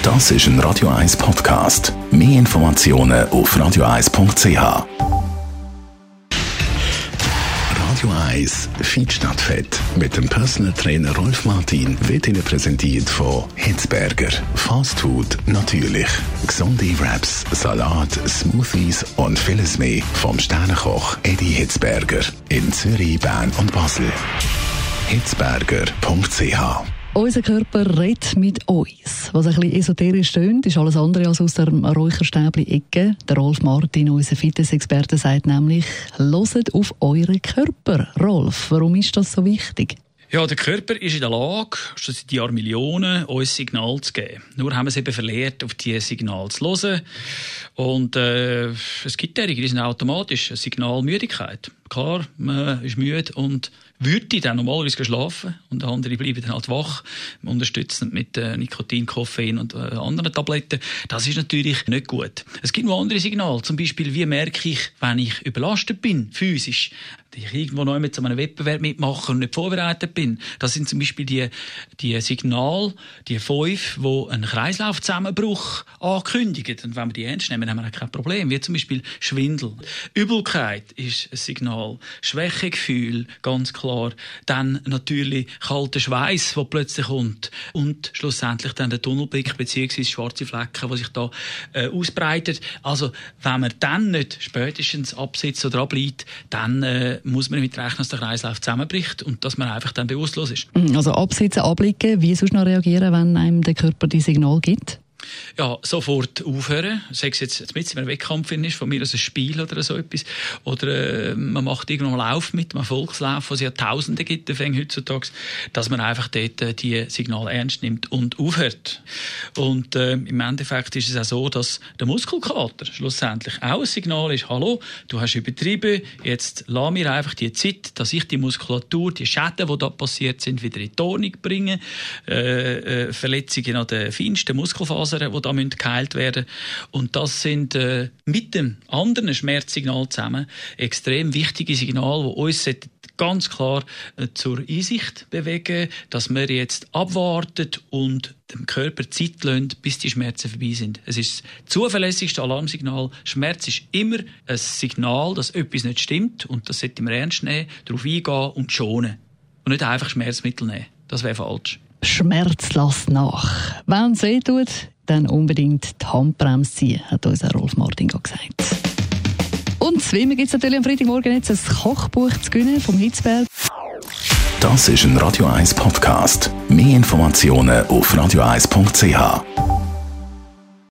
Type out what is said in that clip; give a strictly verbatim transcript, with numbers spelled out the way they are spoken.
Das ist ein Radio eins Podcast. Mehr Informationen auf radio eins punkt c h. Radio eins Fit statt Fett mit dem Personal Trainer Rolf Martin wird Ihnen präsentiert von Hitzberger. Fast Food natürlich. Gesunde Wraps, Salat, Smoothies und vieles mehr vom Sternenkoch Eddie Hitzberger in Zürich, Bern und Basel. hitzberger punkt c h. Unser Körper redet mit uns. Was ein bisschen esoterisch tönt, ist alles andere als aus der Räucherstäbli-Ecke. Der Rolf Martin, unser Fitness-Experte, sagt nämlich, hört auf euren Körper. Rolf, warum ist das so wichtig? Ja, der Körper ist in der Lage, schon seit Jahrmillionen uns Signal zu geben. Nur haben wir es eben verlehrt, auf diese Signale zu hören. Und äh, es gibt derige, die sind automatisch eine Signalmüdigkeit. Klar, man ist müde und würde dann normalerweise schlafen und andere bleiben dann halt wach, unterstützend mit äh, Nikotin, Koffein und äh, anderen Tabletten. Das ist natürlich nicht gut. Es gibt noch andere Signale, zum Beispiel, wie merke ich, wenn ich überlastet bin, physisch, dass ich irgendwo noch mit so einem Wettbewerb mitmache und nicht vorbereitet bin. Das sind zum Beispiel die, die Signale, die fünf, die einen Kreislaufzusammenbruch ankündigen. Und wenn wir die ernst nehmen, haben wir kein Problem, wie zum Beispiel Schwindel. Übelkeit ist ein Signal, Schwächegefühl, ganz klar. Dann natürlich kalter Schweiß, der plötzlich kommt. Und schlussendlich dann der Tunnelblick bzw. schwarze Flecken, die sich da äh, ausbreiten. Also, wenn man dann nicht spätestens absitzt oder abliegt, dann äh, muss man damit rechnen, dass der Kreislauf zusammenbricht und dass man einfach dann bewusstlos ist. Also absitzen, abliegen, wie sonst noch reagieren, wenn einem der Körper die Signal gibt? Ja, sofort aufhören. Sei es jetzt, jetzt mit, wenn ein Wettkampf ist, von mir aus ein Spiel oder so etwas. Oder äh, man macht irgendwann mal Lauf mit, einem Volkslauf, wo es ja Tausende gibt, heutzutage, dass man einfach dort äh, die Signale ernst nimmt und aufhört. Und äh, im Endeffekt ist es auch so, dass der Muskelkater schlussendlich auch ein Signal ist, hallo, du hast übertrieben, jetzt lass mir einfach die Zeit, dass ich die Muskulatur, die Schäden, die da passiert sind, wieder in die Ordnung bringe, äh, äh, Verletzungen an den feinsten Muskelfasern, die da geheilt werden müssen. Und das sind äh, mit dem anderen Schmerzsignal zusammen extrem wichtige Signale, die uns ganz klar äh, zur Einsicht bewegen, dass wir jetzt abwarten und dem Körper Zeit lassen, bis die Schmerzen vorbei sind. Es ist das zuverlässigste Alarmsignal. Schmerz ist immer ein Signal, dass etwas nicht stimmt und das sollten wir ernst nehmen, darauf eingehen und schonen. Und nicht einfach Schmerzmittel nehmen. Das wäre falsch. Schmerz lässt nach. Wenn es weh tut, dann unbedingt die Handbremse ziehen, hat unser Rolf Martin gesagt. Und wie immer gibt es natürlich am Freitagmorgen jetzt ein Kochbuch zu gewinnen vom Hitzberg. Das ist ein Radio eins Podcast. Mehr Informationen auf radio eins punkt c h.